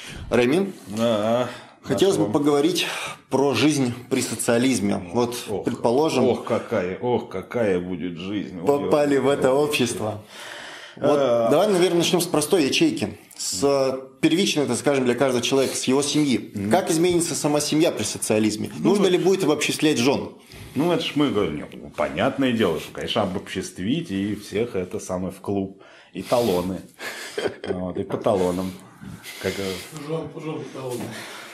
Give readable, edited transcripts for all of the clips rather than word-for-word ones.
Рамин, Да, хотелось бы поговорить про жизнь при социализме. Вот, предположим, какая будет жизнь. попали в это общество. Вот, давай, наверное, начнем с простой ячейки. С первичной, так скажем, для каждого человека, с его семьи. Как изменится сама семья при социализме? Нужно ли будет обобществлять жен? Ну, это ж мы говорим, понятное дело, что, конечно, обобществить и всех это самое в клуб. И талоны. Вот, и по талонам. Жен по талонам.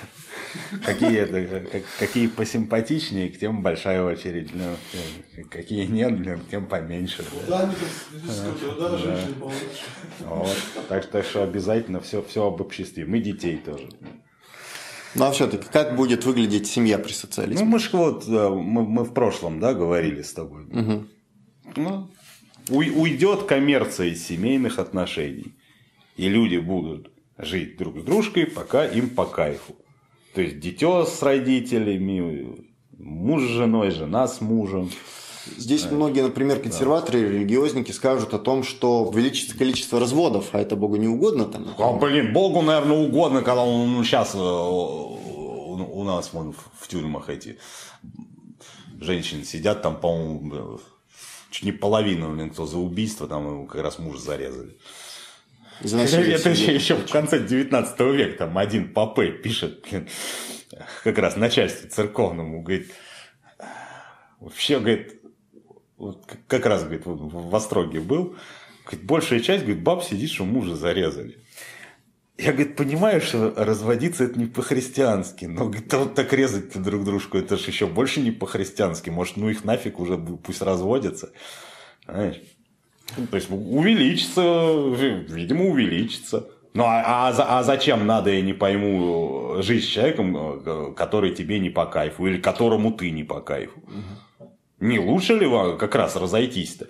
Какие посимпатичнее, к тем большая очередь. Какие нет, тем поменьше. Да, физического труда женщины получше. Вот. Так что обязательно все обобществим. И детей тоже. Ну, а все-таки, как будет выглядеть семья при социализме? Ну, мы в прошлом, да, говорили с тобой. Угу. Ну, уйдет коммерция из семейных отношений. И люди будут жить друг с дружкой, пока им по кайфу. То есть, дитё с родителями, муж с женой, жена с мужем. Здесь многие, например, консерваторы, религиозники скажут о том, что увеличится количество разводов, а это Богу не угодно. Там. Богу, наверное, угодно, когда он сейчас у нас вон, в тюрьмах эти женщины сидят, там, по-моему, чуть не половину, кто за убийство, там его как раз муж зарезали. Это еще в конце 19 века, там один Попе пишет, как раз начальству церковному, говорит, вообще, говорит, вот как раз, говорит, в Остроге был, говорит, большая часть, говорит, баб сидит, что мужа зарезали. Я, говорит, понимаю, что разводиться это не по-христиански, но, говорит, вот так резать друг дружку, это же еще больше не по-христиански, может, ну их нафиг уже, пусть разводятся, знаешь. То есть увеличится, видимо, увеличится. Ну а зачем надо, я не пойму, жить с человеком, который тебе не по кайфу, или которому ты не по кайфу? Не лучше ли вам как раз разойтись-то?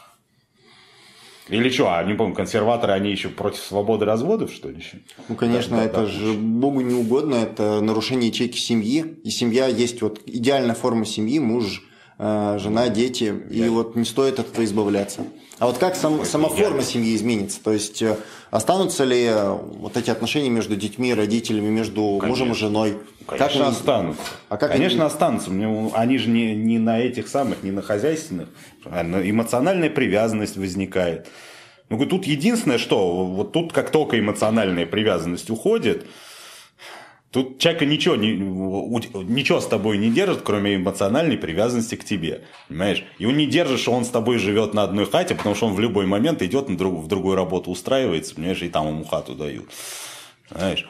Или что, не помню, консерваторы, они еще против свободы разводов, что ли? Еще? Ну, конечно, да, это же Богу не угодно, это нарушение ячейки семьи. И семья есть вот идеальная форма семьи, муж, жена, дети, и вот не стоит от этого избавляться. А вот как сама форма семьи изменится? То есть останутся ли вот эти отношения между детьми и родителями, между мужем и женой? Конечно, останутся. Конечно, останутся. Они же не на этих самых, не на хозяйственных. Эмоциональная привязанность возникает. Ну, тут единственное, что вот тут как только эмоциональная привязанность уходит, тут человека ничего с тобой не держит, кроме эмоциональной привязанности к тебе. Понимаешь? Его не держит, что он с тобой живет на одной хате, потому что он в любой момент идет в другую работу устраивается, понимаешь, и там ему хату дают. Знаешь?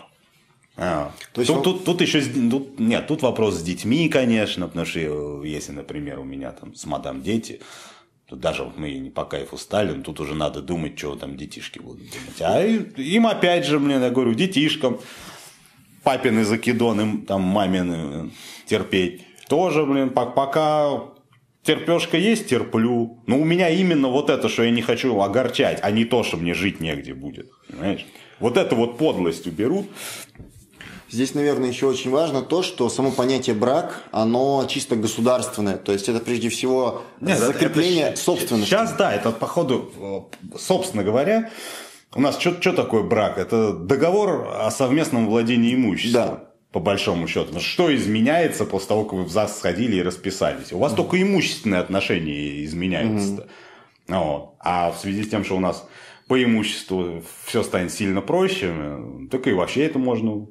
Тут вопрос с детьми, конечно, потому что если, например, у меня там с мадам дети, то даже вот мы не по кайфу стали, но тут уже надо думать, что там детишки будут думать. А им опять же, я говорю, детишкам, папины закидон, им там мамины терпеть. Тоже, пока терпешка есть, терплю. Но у меня именно вот это, что я не хочу огорчать, а не то, что мне жить негде будет. Понимаешь? Вот эту вот подлость уберут. Здесь, наверное, еще очень важно то, что само понятие брак, оно чисто государственное. То есть это прежде всего закрепление собственности. Сейчас, да, это походу, собственно говоря, у нас что такое брак? Это договор о совместном владении имуществом. Да. По большому счету. Что изменяется после того, как вы в ЗАГС сходили и расписались? У вас только имущественные отношения изменяются. Вот. А в связи с тем, что у нас по имуществу все станет сильно проще, так и вообще это можно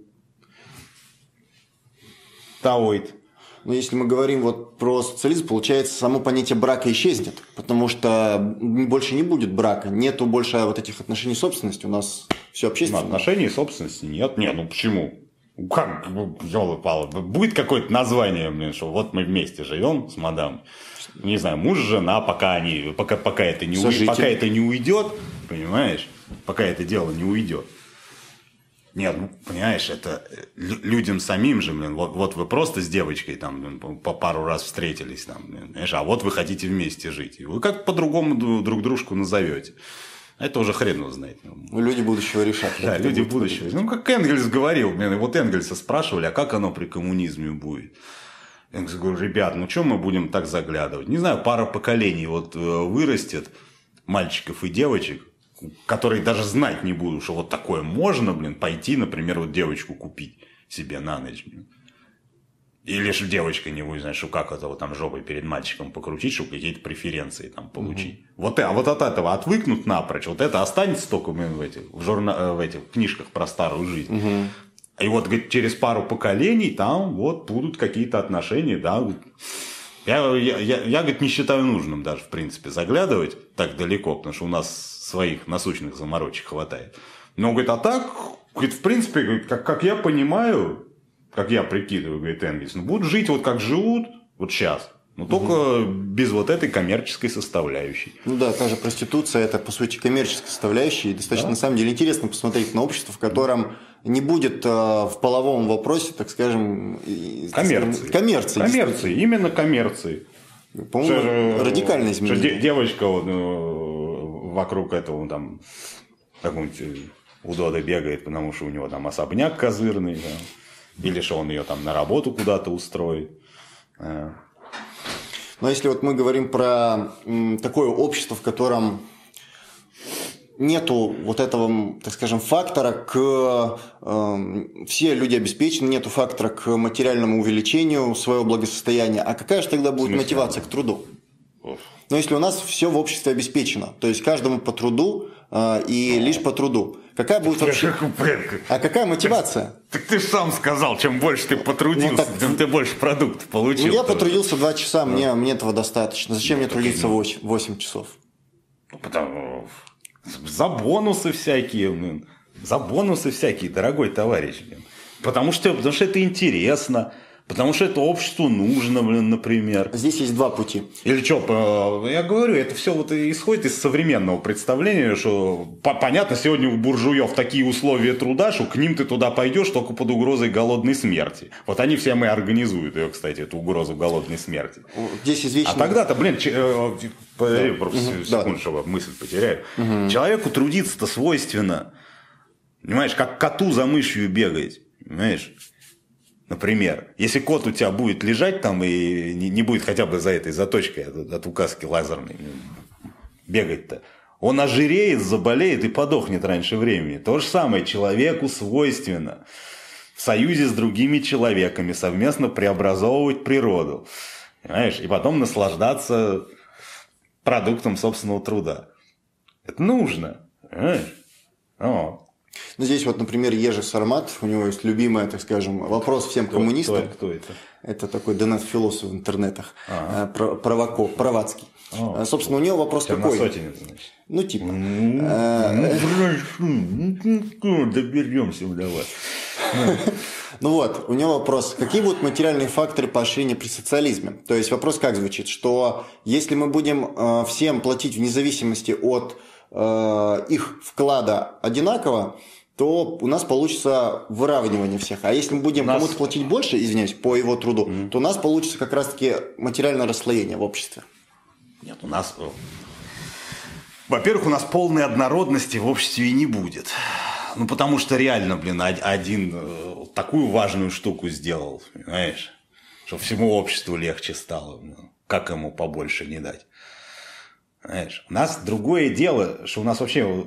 таоить. Но если мы говорим вот про социализм, получается, само понятие брака исчезнет, потому что больше не будет брака, нету больше вот этих отношений собственности, у нас все общественное. Отношений собственности нет. Нет, ну почему? Как, ёлы-палы, будет какое-то название, что вот мы вместе живем с мадам, не знаю, муж, жена, пока это не уйдет, понимаешь, пока это дело не уйдет. Нет, ну, понимаешь, это людям самим же, вот вы просто с девочкой там по пару раз встретились, там, знаешь, а вот вы хотите вместе жить. И вы как по-другому друг дружку назовете. Это уже хрен его знает. Люди будущего решат. Да, люди будущего. Ну, как Энгельс говорил, вот Энгельса спрашивали, а как оно при коммунизме будет? Энгельс говорит, ребят, ну что мы будем так заглядывать? Не знаю, пара поколений вот вырастет, мальчиков и девочек, которые даже знать не будут, что вот такое можно, пойти, например, вот девочку купить себе на ночь. Или же девочка не будет знать, что как это вот там жопой перед мальчиком покрутить, чтобы какие-то преференции там получить. Вот от этого отвыкнут напрочь. Вот это останется только в этих книжках про старую жизнь. И вот, говорит, через пару поколений там вот будут какие-то отношения, да. Я, говорит, не считаю нужным даже, в принципе, заглядывать так далеко, потому что у нас своих насущных заморочек хватает. Но, говорит, а так, говорит, в принципе, говорит, как я понимаю, как я прикидываю, говорит Энгельс, будут жить вот как живут вот сейчас. Но только без вот этой коммерческой составляющей. Ну да, та же проституция, это, по сути, коммерческая составляющая. И достаточно, на самом деле, интересно посмотреть на общество, в котором не будет в половом вопросе, так скажем, коммерции. Именно коммерции. По-моему, радикальное изменение. Девочка вокруг этого там какого-нибудь удода бегает, потому что у него там особняк козырный, да? Или что он ее там на работу куда-то устроит. Но если вот мы говорим про такое общество, в котором нету вот этого, так скажем, фактора все люди обеспечены, нету фактора к материальному увеличению своего благосостояния, а какая же тогда будет мотивация к труду? Но если у нас все в обществе обеспечено, то есть каждому по труду и лишь по труду, какая будет вообще... А какая мотивация? Так ты же сам сказал, чем больше ты потрудился, тем ты больше продуктов получил. Ну, я потрудился 2 часа, мне этого достаточно. Зачем мне трудиться 8 часов? Потому за бонусы всякие, дорогой товарищ. Потому что это интересно. Потому что это обществу нужно, например. Здесь есть 2 пути. Или что, я говорю, это все вот исходит из современного представления, что понятно, сегодня у буржуев такие условия труда, что к ним ты туда пойдешь только под угрозой голодной смерти. Вот они все и организуют ее, кстати, эту угрозу голодной смерти. Здесь извечно... А тогда-то, секунду, чтобы мысль потеряю. Человеку трудиться-то свойственно, понимаешь, как коту за мышью бегать, понимаешь? Например, если кот у тебя будет лежать там и не будет хотя бы за этой заточкой от указки лазерной бегать-то, он ожиреет, заболеет и подохнет раньше времени. То же самое человеку свойственно в союзе с другими человеками совместно преобразовывать природу. Понимаешь? И потом наслаждаться продуктом собственного труда. Это нужно. Понимаешь? Ну, здесь вот, например, Ежи Сармат, у него есть любимый, так скажем, вопрос всем коммунистам. Кто это? Это такой донат-философ в интернетах, Правацкий. Собственно, у него вопрос какой? Черносотенец, значит. Ну, типа. Доберемся до вас. Ну вот, у него вопрос, какие будут материальные факторы поощрения при социализме? То есть вопрос как звучит, что если мы будем всем платить вне зависимости от их вклада одинаково, то у нас получится выравнивание всех. А если мы будем кому-то платить больше, извиняюсь, по его труду, то у нас получится как раз-таки материальное расслоение в обществе. Нет, у нас... Во-первых, у нас полной однородности в обществе и не будет. Ну, потому что реально, один такую важную штуку сделал, понимаешь? Что всему обществу легче стало. Как ему побольше не дать? Знаешь, у нас другое дело, что у нас вообще,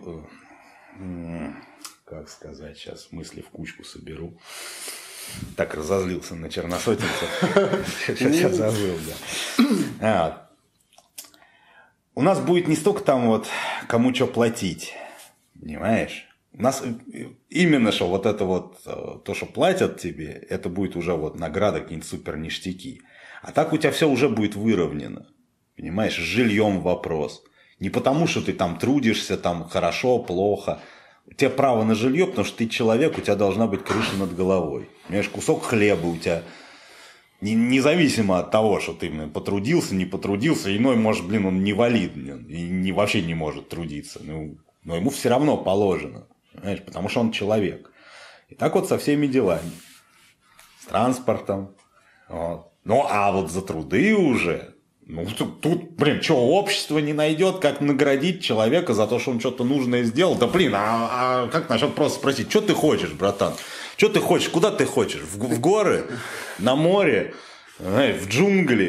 как сказать, сейчас мысли в кучку соберу. Так разозлился на черносотенцев. Сейчас забыл, да. У нас будет не столько там вот кому что платить, понимаешь? У нас именно что вот это вот, то, что платят тебе, это будет уже вот награда, какие-нибудь супер ништяки. А так у тебя все уже будет выровнено. Понимаешь, с жильем вопрос. Не потому, что ты там трудишься, там хорошо, плохо. У тебя право на жилье, потому что ты человек, у тебя должна быть крыша над головой. Понимаешь, кусок хлеба у тебя, независимо от того, что ты потрудился, не потрудился. Иной, может, он инвалид, и вообще не может трудиться. Но ему все равно положено. Понимаешь, потому что он человек. И так вот со всеми делами. С транспортом. Вот. Ну, а вот за труды уже... Ну, тут, что, общество не найдет, как наградить человека за то, что он что-то нужное сделал? Да, а как насчет просто спросить, что ты хочешь, братан? Что ты хочешь? Куда ты хочешь? В горы? На море? В джунгли?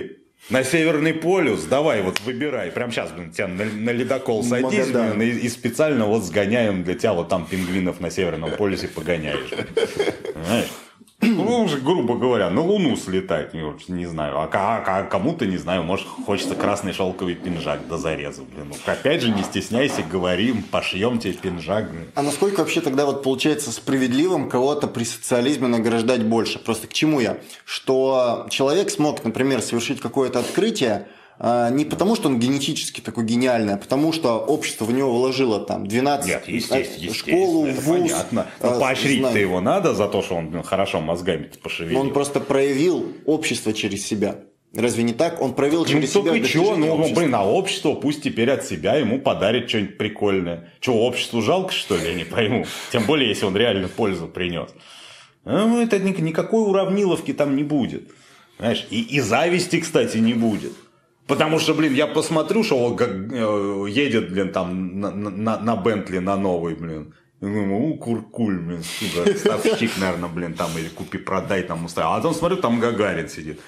На Северный полюс, давай, вот выбирай. Прямо сейчас, блин, тебя на ледокол садись, блин, и специально вот сгоняем для тебя вот там пингвинов на Северном полюсе погоняешь. Понимаешь? Ну, уже, грубо говоря, на Луну слетать, не знаю. А кому-то, не знаю, может, хочется красный шелковый пинжак до зареза, блин. Ну, опять же, не стесняйся, говорим, пошьем тебе пинжак, блин. А насколько вообще тогда вот получается справедливым кого-то при социализме награждать больше? Просто к чему я? Что человек смог, например, совершить какое-то открытие, не потому, что он генетически такой гениальный, а потому, что общество в него вложило там 12 Нет, естественно, школу, это вуз. понятно. Но поощрить-то его надо за то, что он хорошо мозгами пошевелил. Но он просто проявил общество через себя. Разве не так? Он проявил через себя достижение общества. Блин, а общество пусть теперь от себя ему подарит что-нибудь прикольное. Что, обществу жалко, что ли? Я не пойму. Тем более, если он реально пользу принес. Ну, это никакой уравниловки там не будет. Знаешь, и зависти, кстати, не будет. Потому что, блин, я посмотрю, что он едет, блин, там на Бентли, на новый, блин. Куркуль, блин, сука, ставщик, наверное, блин, там, или купи-продай там устраивал. А потом смотрю, там Гагарин сидит.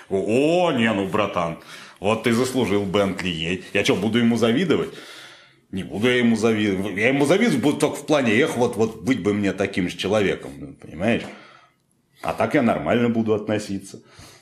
Братан, вот ты заслужил Бентли, едь. Я что, буду ему завидовать? Не буду я ему завидовать. Я ему завидовать буду только в плане, вот быть бы мне таким же человеком, понимаешь? А так я нормально буду относиться.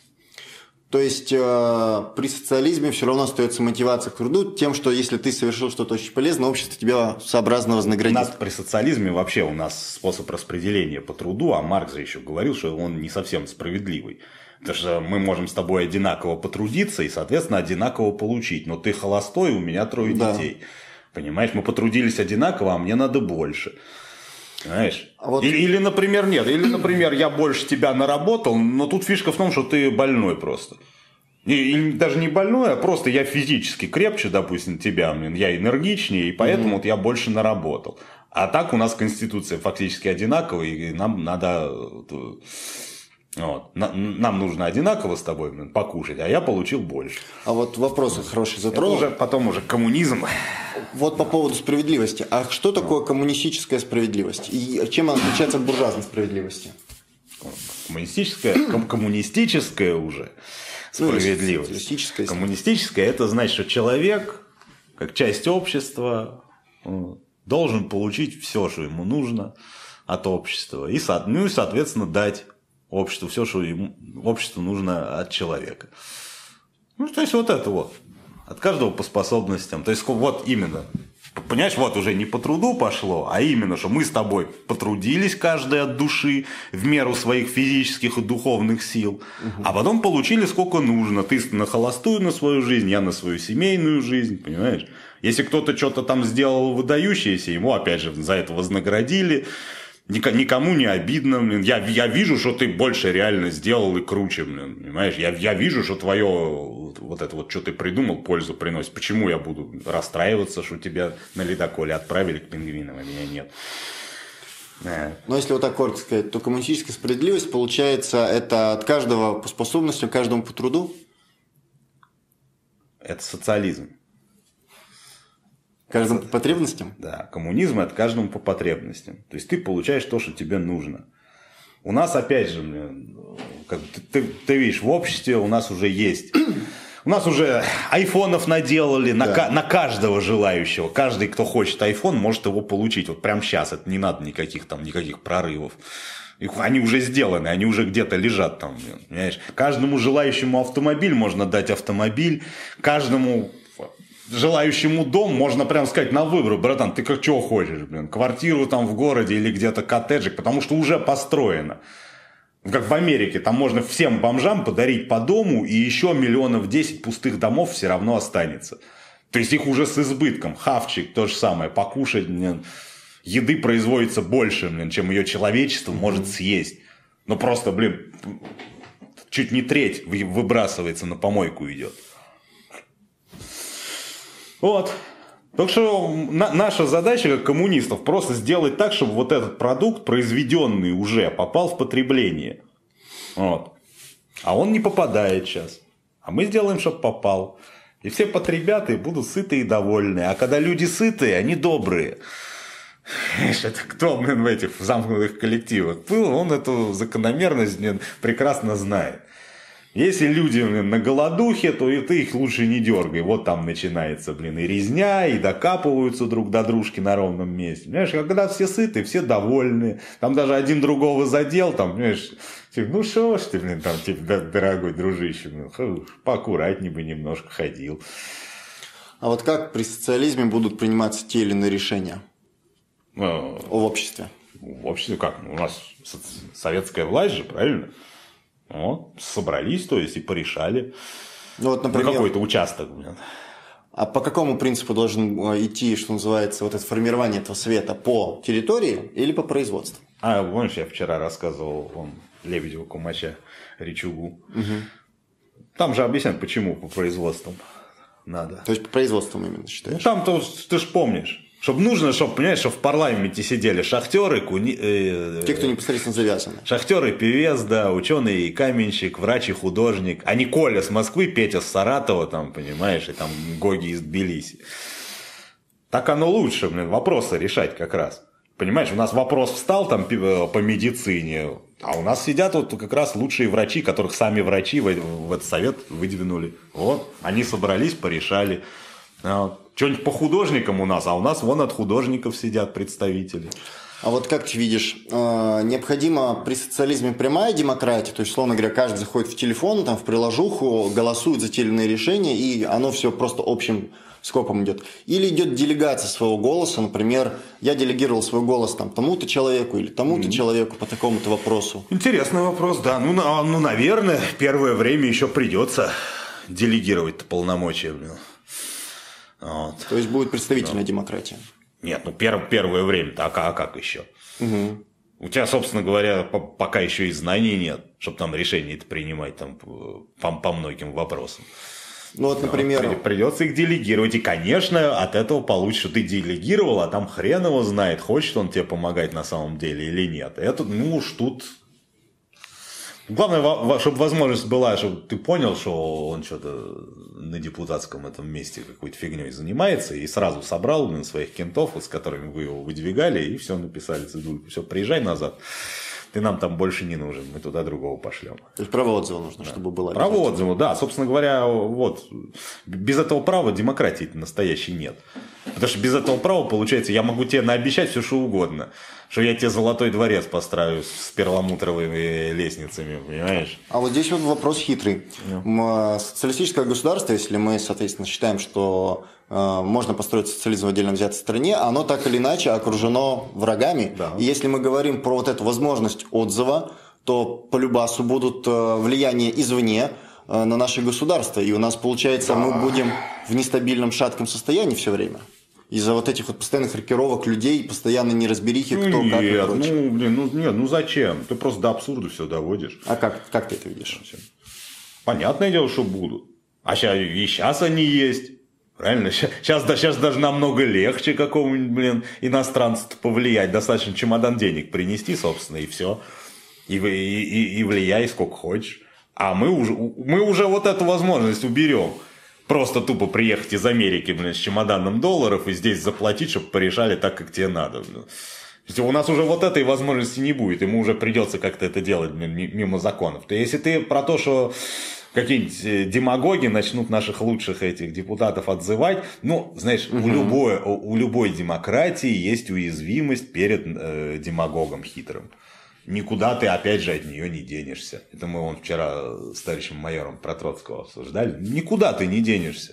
То есть при социализме все равно остается мотивация к труду тем, что если ты совершил что-то очень полезное, общество тебя сообразно вознаградит. У нас при социализме вообще у нас способ распределения по труду, а Маркс же еще говорил, что он не совсем справедливый. Потому что мы можем с тобой одинаково потрудиться и, соответственно, одинаково получить. Но ты холостой, у меня 3 детей. Понимаешь, мы потрудились одинаково, а мне надо больше. Знаешь? Или, например, нет. Или, например, я больше тебя наработал, но тут фишка в том, что ты больной просто. Или даже не больной, а просто я физически крепче, допустим, тебя, я энергичнее, и поэтому вот я больше наработал. А так у нас конституция фактически одинаковая, и нам надо... нам нужно одинаково с тобой покушать, а я получил больше. А вот вопрос хороший затронул. Это потом уже коммунизм. Вот по поводу справедливости. А что такое коммунистическая справедливость? И чем она отличается от буржуазной справедливости? Коммунистическая уже справедливость. Коммунистическая – это значит, что человек, как часть общества, должен получить все, что ему нужно от общества. И, соответственно, дать обществу все, что обществу нужно от человека. То есть, вот это вот. От каждого по способностям. То есть, вот именно. Понимаешь, вот уже не по труду пошло, а именно, что мы с тобой потрудились каждый от души в меру своих физических и духовных сил, а потом получили сколько нужно. Ты на холостую на свою жизнь, я на свою семейную жизнь, понимаешь? Если кто-то что-то там сделал выдающееся, ему опять же за это вознаградили. Никому не обидно, блин. Я вижу, что ты больше реально сделал и круче, блин, понимаешь? Я вижу, что твое вот это вот, что ты придумал, пользу приносит. Почему я буду расстраиваться, что тебя на ледоколе отправили к пингвинам, а меня нет? Но если вот так коротко сказать, то коммунистическая справедливость, получается, это от каждого по способностям, каждому по труду? Это социализм. Каждому по потребностям? Да, коммунизм – это каждому по потребностям. То есть, ты получаешь то, что тебе нужно. У нас, опять же, как ты видишь, в обществе у нас уже есть. У нас уже айфонов наделали на каждого желающего. Каждый, кто хочет айфон, может его получить. Вот прямо сейчас. Это не надо никаких прорывов. Они уже сделаны, они уже где-то лежат там. Понимаешь? Каждому желающему автомобиль можно дать автомобиль. Каждому желающему дом можно прям сказать на выбор: братан, ты как чего хочешь, квартиру там в городе или где-то коттеджик, потому что уже построено. Как в Америке, там можно всем бомжам подарить по дому, и еще 10 миллионов пустых домов все равно останется. То есть, их уже с избытком. Хавчик, то же самое, покушать, еды производится больше, чем ее человечество может съесть. Но просто, чуть не треть выбрасывается, на помойку идет. Вот. Так что наша задача как коммунистов просто сделать так, чтобы вот этот продукт, произведенный уже, попал в потребление. Вот. А он не попадает сейчас. А мы сделаем, чтобы попал. И все потребят и будут сыты и довольны. А когда люди сытые, они добрые. Это кто, в этих замкнутых коллективах был, он эту закономерность прекрасно знает. Если люди, блин, на голодухе, то и ты их лучше не дергай. Вот там начинается, блин, и резня, и докапываются друг до дружки на ровном месте. Понимаешь, когда все сыты, все довольны. Там даже один другого задел, там, понимаешь, типа, ну шо ж ты, блин, там, типа, дорогой дружище, блин, поаккуратнее бы немножко ходил. А вот как при социализме будут приниматься те или иные решения в обществе? В обществе как? У нас советская власть же, правильно? Вот, собрались, то есть, и порешали. Ну, вот, например, на какой-то участок. Блин. А по какому принципу должен идти, что называется, вот это формирование этого совета? По территории или по производству? Помнишь, я вчера рассказывал Лебедеву, Кумача, Речугу. Угу. Там же объясняют, почему по производствам надо. То есть по производствам именно считаешь? Ну, там-то ты ж помнишь. Чтобы нужно, понимаешь, чтобы в парламенте сидели шахтеры, те, кто непосредственно завязаны. Шахтеры, певец, да, ученый, каменщик, врач и художник. А не Коля с Москвы, Петя с Саратова, там, понимаешь, и там Гоги из Тбилиси. Так оно лучше, блин, вопросы решать как раз. Понимаешь, у нас вопрос встал там по медицине, а у нас сидят вот как раз лучшие врачи, которых сами врачи в этот совет выдвинули. Вот, они собрались, порешали. Что-нибудь по художникам у нас, а у нас вон от художников сидят представители. А вот как ты видишь, необходима при социализме прямая демократия, то есть, условно говоря, каждый заходит в телефон, там, в приложуху, голосует за те или иные решения, и оно все просто общим скопом идет. Или идет делегация своего голоса, например, я делегировал свой голос там, тому-то человеку или тому-то человеку по такому-то вопросу. Интересный вопрос, да. Ну, наверное, первое время еще придется делегировать полномочия, блин. Вот. То есть будет представительная демократия. Нет, ну первое время-то, а как еще? Угу. У тебя, собственно говоря, пока еще и знаний нет, чтобы там решения-то принимать там, по многим вопросам. Ну вот, например... Придется их делегировать. И, конечно, от этого получится, что ты делегировал, а там хрен его знает, хочет он тебе помогать на самом деле или нет. Это, ну уж тут... Главное, чтобы возможность была, чтобы ты понял, что он что-то на депутатском этом месте какой-то фигней занимается, и сразу собрал своих кентов, с которыми вы его выдвигали, и все написали цедульку. Все, приезжай назад. Ты нам там больше не нужен, мы туда другого пошлем. То есть право отзыва нужно, да, чтобы было. Право отзыва, да. Собственно говоря, вот, без этого права демократии настоящей нет. Потому что без этого права, получается, я могу тебе наобещать все, что угодно. Что я тебе золотой дворец построю с перламутровыми лестницами, понимаешь? А вот здесь вот вопрос хитрый. Социалистическое государство, если мы, соответственно, считаем, что можно построить социализм в отдельно взятой стране, оно так или иначе окружено врагами. Да. И если мы говорим про вот эту возможность отзыва, то по любасу будут влияния извне на наше государство. И у нас, получается, мы будем в нестабильном, шатком состоянии все время. Из-за вот этих вот постоянных рокировок людей, постоянной неразберихи, кто как и прочее. Ну зачем? Ты просто до абсурда все доводишь. А как ты это видишь? Понятное дело, что будут. А сейчас они есть. Правильно? Сейчас даже намного легче какому-нибудь, иностранцу повлиять. Достаточно чемодан денег принести, собственно, и все. И влияй сколько хочешь. А мы уже вот эту возможность уберем. Просто тупо приехать из Америки, с чемоданом долларов и здесь заплатить, чтобы порешали так, как тебе надо. У нас уже вот этой возможности не будет, ему уже придется как-то это делать мимо законов. То если ты про то, что какие-нибудь демагоги начнут наших лучших этих депутатов отзывать, ну, знаешь, у любой демократии есть уязвимость перед демагогом хитрым. Никуда ты, опять же, от нее не денешься. Это мы вчера с товарищем майором про Троцкого обсуждали. Никуда ты не денешься.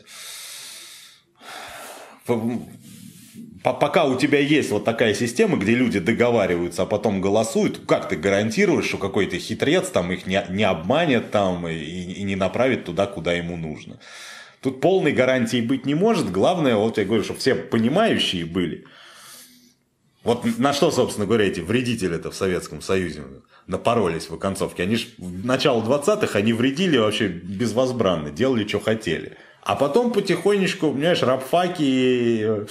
Пока у тебя есть вот такая система, где люди договариваются, а потом голосуют, как ты гарантируешь, что какой-то хитрец там их не обманет там и не направит туда, куда ему нужно? Тут полной гарантии быть не может. Главное, вот я говорю, чтобы все понимающие были. Вот на что, собственно говоря, эти вредители-то в Советском Союзе напоролись в оконцовке. Они же в начале 20-х они вредили вообще безвозбранно, делали, что хотели. А потом потихонечку, понимаешь, рабфаки,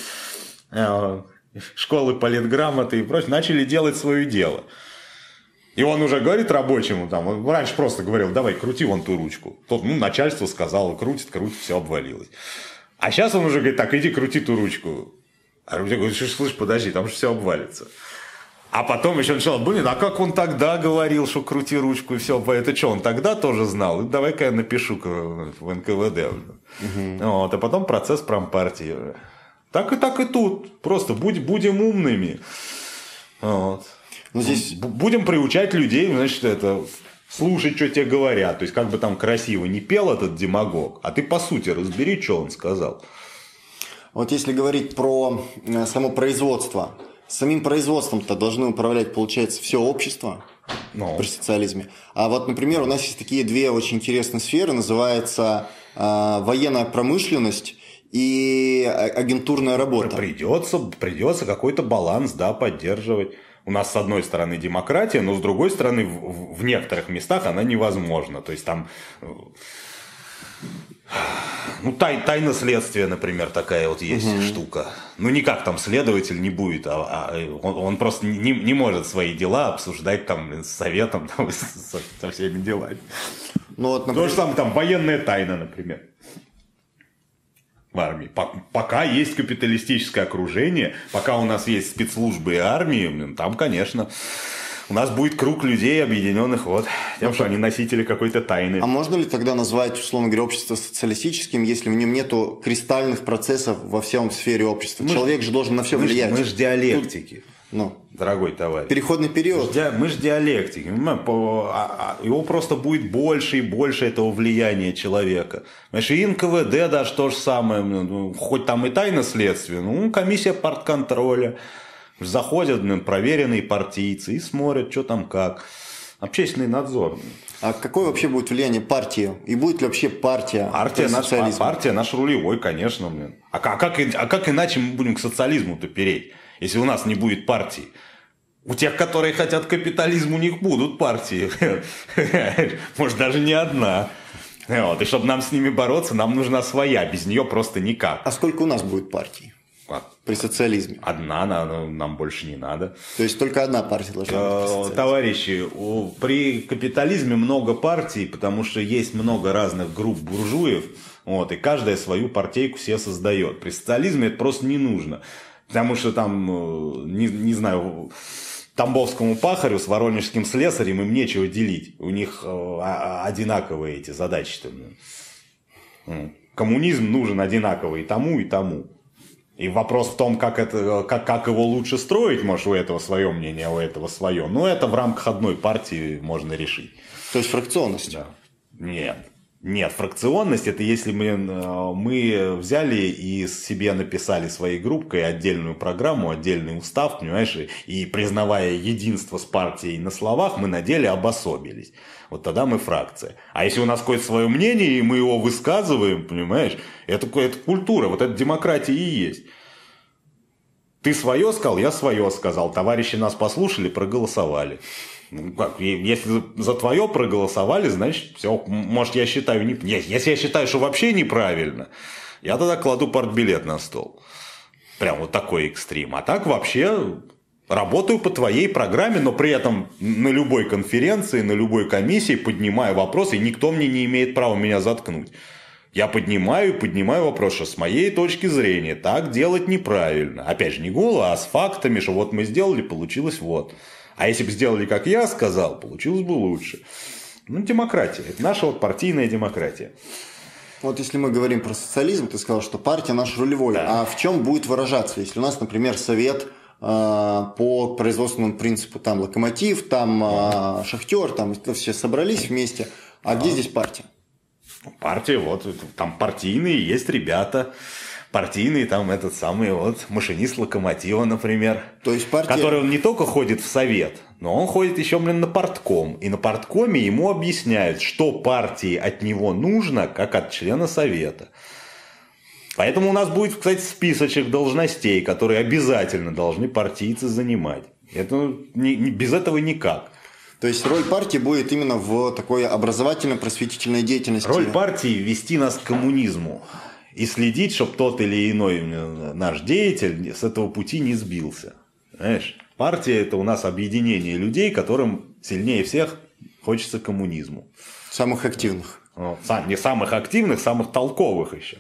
школы политграмоты и прочее начали делать свое дело. И он уже говорит рабочему, там, он раньше просто говорил, давай, крути вон ту ручку. Тот, начальство сказало, крутит, все обвалилось. А сейчас он уже говорит, так, иди крути ту ручку. А люди говорят, слышь, подожди, там же все обвалится. А потом еще начал, блин, а как он тогда говорил, что крути ручку и все, это что, он тогда тоже знал? Давай-ка я напишу в НКВД. Вот, а потом процесс промпартии. Так и тут. Просто будем умными. Вот. Но здесь... Будем приучать людей, значит, это... слушать, что тебе говорят. То есть, как бы там красиво не пел этот демагог, а ты, по сути, разбери, что он сказал. Вот если говорить про само производство, самим производством-то должны управлять, получается, все общество при социализме. А вот, например, у нас есть такие две очень интересные сферы, называется военная промышленность и агентурная работа. Придется какой-то баланс, да, поддерживать. У нас, с одной стороны, демократия, но с другой стороны, в некоторых местах она невозможна. То есть, там... Ну, тайна следствия, например, такая вот есть штука. Ну, никак там следователь не будет, он просто не может свои дела обсуждать там с советом, там, со всеми делами. Ну, вот, например... То же самое, там, военная тайна, например. В армии. Пока есть капиталистическое окружение, пока у нас есть спецслужбы и армии, там, конечно... У нас будет круг людей, объединенных вот тем, что они носители какой-то тайны. А можно ли тогда назвать, условно говоря, общество социалистическим, если в нем нету кристальных процессов во всем сфере общества? Человек же должен на все влиять. Мы же диалектики, дорогой товарищ. Переходный период. Мы же диалектики. Его просто будет больше и больше этого влияния человека. Понимаешь, и НКВД даже то же самое. Хоть там и тайна следствия, комиссия партконтроля. Заходят проверенные партийцы и смотрят, что там как. Общественный надзор. А какое вообще будет влияние партии? И будет ли вообще партия? Партия наш рулевой, конечно. А как иначе мы будем к социализму-то переть, если у нас не будет партии? У тех, которые хотят капитализм, у них будут партии. Может, даже не одна. И чтобы нам с ними бороться, нам нужна своя. Без нее просто никак. А сколько у нас будет партий? При социализме. Одна, нам больше не надо. То есть только одна партия должна быть. Товарищи, при капитализме много партий, потому что есть много разных групп буржуев, и каждая свою партийку себе создает. При социализме это просто не нужно. Потому что там, не знаю, тамбовскому пахарю с воронежским слесарем им нечего делить. У них одинаковые эти задачи-то. Коммунизм нужен одинаковый и тому, и тому. И вопрос в том, как его лучше строить, может, у этого свое мнение, а у этого свое. Но это в рамках одной партии можно решить. То есть фракционность? Да. Нет, фракционность это если мы взяли и себе написали своей группкой отдельную программу, отдельный устав, понимаешь, и признавая единство с партией на словах, мы на деле обособились. Вот тогда мы фракция. А если у нас какое-то свое мнение, и мы его высказываем, понимаешь, это культура, вот это демократия и есть. Ты свое сказал, я свое сказал. Товарищи нас послушали, проголосовали. Если за твое проголосовали, значит, все, может, я считаю если я считаю, что вообще неправильно, я тогда кладу партбилет на стол. Прям вот такой экстрим. А так вообще работаю по твоей программе, но при этом на любой конференции, на любой комиссии поднимаю вопрос, и никто мне не имеет права меня заткнуть. Я поднимаю вопрос, что с моей точки зрения так делать неправильно. Опять же, не голо, а с фактами, что вот мы сделали, получилось вот. А если бы сделали, как я сказал, получилось бы лучше. Демократия. Это наша партийная демократия. Вот если мы говорим про социализм, ты сказал, что партия наш рулевой. Да. А в чем будет выражаться? Если у нас, например, совет по производственному принципу, там локомотив, там шахтер, там все собрались вместе. А где здесь партия? Партия, вот, там партийные есть ребята. Партийный там этот самый машинист локомотива, например. То есть партия... Который он не только ходит в совет, но он ходит еще, на партком. И на парткоме ему объясняют, что партии от него нужно, как от члена совета. Поэтому у нас будет, кстати, списочек должностей, которые обязательно должны партийцы занимать. Это без этого никак. То есть роль партии будет именно в такой образовательно-просветительной деятельности. Роль партии вести нас к коммунизму. И следить, чтобы тот или иной наш деятель с этого пути не сбился. Знаешь, партия – это у нас объединение людей, которым сильнее всех хочется коммунизму. Самых активных. Не самых активных, самых толковых еще.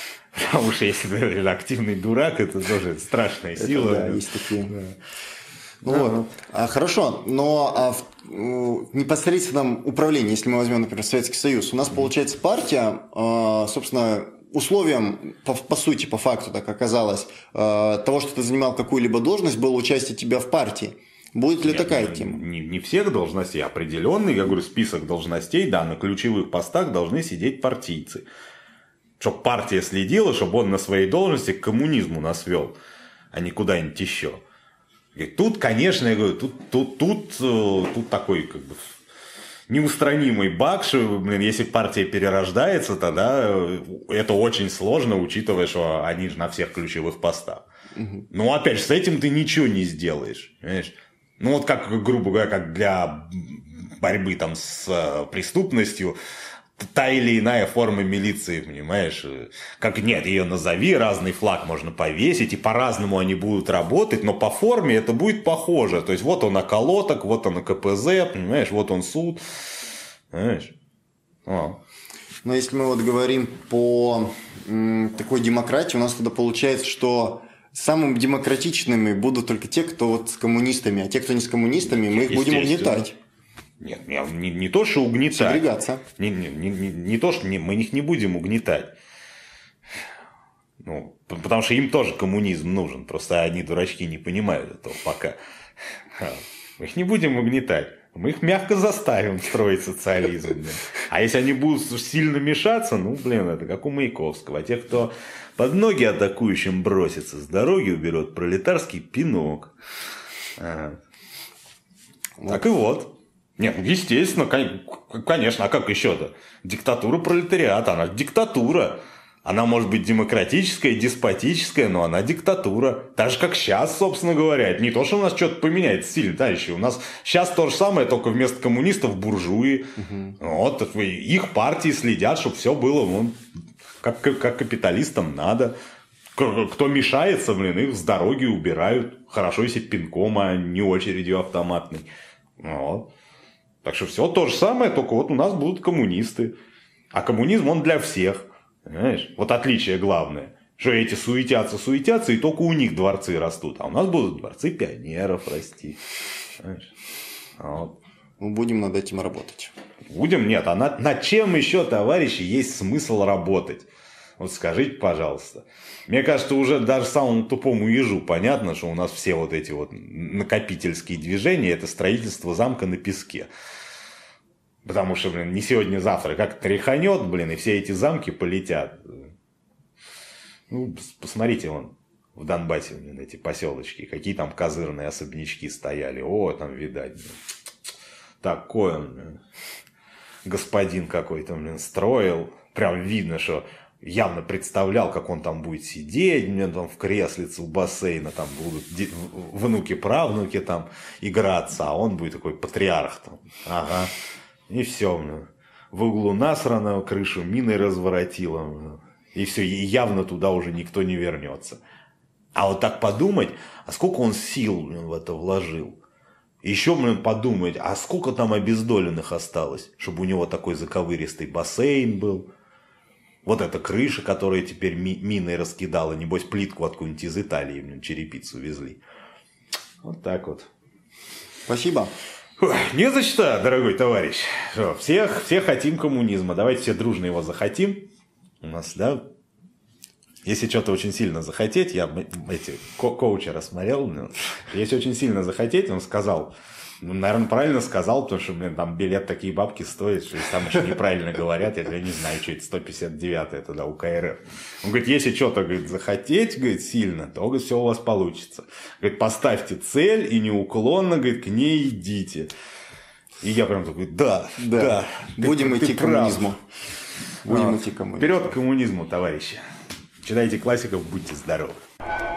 Потому что если ты активный дурак, это тоже страшная сила. Да, есть такие. Вот. Хорошо, но в непосредственном управлении, если мы возьмем, например, Советский Союз, у нас, получается, партия, собственно, условием, по сути, по факту так оказалось, того, что ты занимал какую-либо должность, было участие тебя в партии. Будет ли такая тема? Не всех должностей, определенный, я говорю, список должностей, да, на ключевых постах должны сидеть партийцы. Чтобы партия следила, чтобы он на своей должности к коммунизму нас вел, а не куда-нибудь еще. И тут, конечно, я говорю, тут такой как бы неустранимый баг, что, если партия перерождается, тогда это очень сложно, учитывая, что они же на всех ключевых постах. Но опять же, с этим ты ничего не сделаешь, понимаешь? Ну, вот как, грубо говоря, как для борьбы там с преступностью, та или иная форма милиции, понимаешь? Как нет, ее назови, разный флаг можно повесить, и по-разному они будут работать, но по форме это будет похоже. То есть, вот он околоток, вот он КПЗ, понимаешь, вот он суд, понимаешь? Но если мы вот говорим по такой демократии, у нас тогда получается, что самыми демократичными будут только те, кто вот с коммунистами, а те, кто не с коммунистами, мы их будем угнетать. Нет, не то, что угнетать. Сегрегация. Не то, что мы их не будем угнетать. Ну, потому что им тоже коммунизм нужен. Просто они, дурачки, не понимают этого пока. Мы их не будем угнетать. Мы их мягко заставим строить социализм. А если они будут сильно мешаться, это как у Маяковского. А те, кто под ноги атакующим бросится, с дороги уберет пролетарский пинок. Так и вот. Нет, естественно, конечно, а как еще-то? Диктатура пролетариата, она диктатура. Она может быть демократическая, деспотическая, но она диктатура. Так же, как сейчас, собственно говоря. Это не то, что у нас что-то поменяется сильно, товарищи. У нас сейчас то же самое, только вместо коммунистов буржуи. Вот, их партии следят, чтобы все было как капиталистам надо. Кто мешается, их с дороги убирают. Хорошо, если пинком, а не очередью автоматной. Вот. Так что все то же самое, только вот у нас будут коммунисты. А коммунизм, он для всех. Понимаешь? Вот отличие главное. Что эти суетятся, и только у них дворцы растут. А у нас будут дворцы пионеров расти. Понимаешь? Вот. Мы будем над этим работать. Будем? Нет. А над чем еще, товарищи, есть смысл работать? Вот скажите, пожалуйста. Мне кажется, уже даже самому тупому ежу понятно, что у нас все вот эти вот накопительские движения – это строительство замка на песке. Потому что, не сегодня-завтра как тряханет, и все эти замки полетят. Посмотрите, в Донбассе, эти поселочки, какие там козырные особнячки стояли. О, там видать. Такой он, господин какой-то, строил. Прям видно, что явно представлял, как он там будет сидеть, там в креслице у бассейна, там будут внуки-правнуки там играться, а он будет такой патриарх там. Ага. И все. В углу насрано, крышу миной разворотило. И все, и явно туда уже никто не вернется. А вот так подумать, а сколько он сил в это вложил. Еще, подумать, а сколько там обездоленных осталось, чтобы у него такой заковыристый бассейн был. Вот эта крыша, которая теперь миной раскидала. Небось, плитку откуда-нибудь из Италии, черепицу везли. Вот так вот. Спасибо. Не за что, дорогой товарищ. Все хотим коммунизма. Давайте все дружно его захотим. У нас, да? Если что-то очень сильно захотеть, я коучера смотрел, если очень сильно захотеть, он сказал, наверное, правильно сказал, потому что, там билет такие бабки стоит, что там еще неправильно говорят, я не знаю, что это 159-е тогда у КРФ. Он говорит, если что-то, захотеть, сильно, то, все у вас получится. Говорит, поставьте цель и неуклонно, к ней идите. И я прям такой, да. Будем идти к коммунизму. Будем идти к коммунизму. Вперед к коммунизму, товарищи. Читайте классиков, будьте здоровы.